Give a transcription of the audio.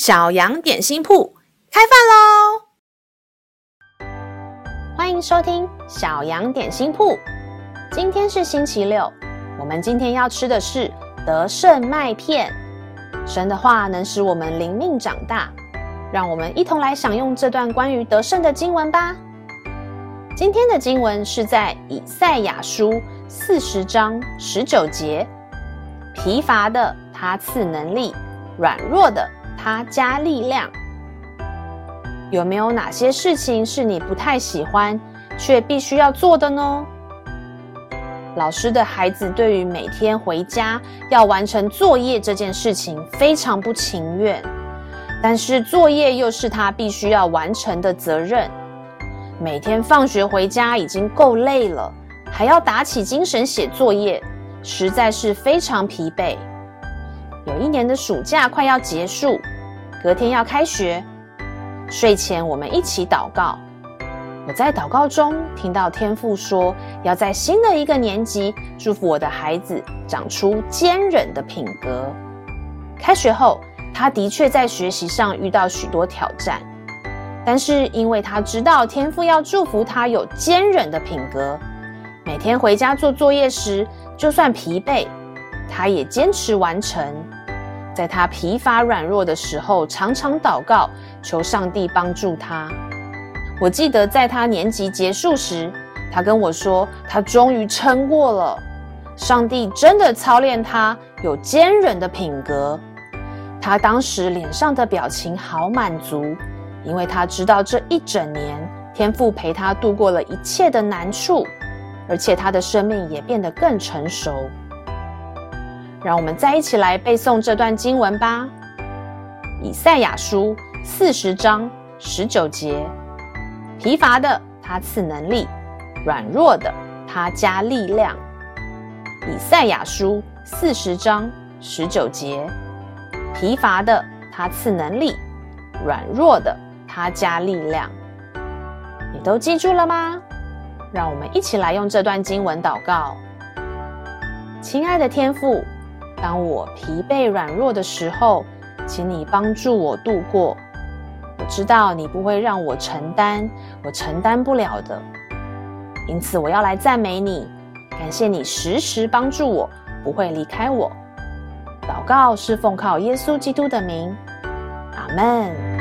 小羊点心铺开饭喽！欢迎收听小羊点心铺。今天是星期六，我们今天要吃的是得胜麦片。神的话能使我们灵命长大，让我们一同来享用这段关于得胜的经文吧。今天的经文是在以赛亚书40章19节，疲乏的他赐能力，软弱的他加力量。有没有哪些事情是你不太喜欢却必须要做的呢？老师的孩子对于每天回家要完成作业这件事情非常不情愿，但是作业又是他必须要完成的责任。每天放学回家已经够累了，还要打起精神写作业，实在是非常疲惫。有一年的暑假快要结束，隔天要开学。睡前我们一起祷告。我在祷告中听到天父说，要在新的一个年级祝福我的孩子长出坚韧的品格。开学后，他的确在学习上遇到许多挑战，但是因为他知道天父要祝福他有坚韧的品格，每天回家做作业时，就算疲惫，他也坚持完成。在他疲乏软弱的时候，常常祷告，求上帝帮助他。我记得在他年级结束时，他跟我说，他终于撑过了。上帝真的操练他有坚韧的品格。他当时脸上的表情好满足，因为他知道这一整年，天父陪他度过了一切的难处，而且他的生命也变得更成熟。让我们再一起来背诵这段经文吧。以赛亚书40章19节，疲乏的他赐能力，软弱的他加力量。以赛亚书40章19节，疲乏的他赐能力，软弱的他加力量。你都记住了吗？让我们一起来用这段经文祷告。亲爱的天父，当我疲惫软弱的时候，请你帮助我度过。我知道你不会让我承担我承担不了的，因此我要来赞美你，感谢你时时帮助我，不会离开我。祷告是奉靠耶稣基督的名，阿们。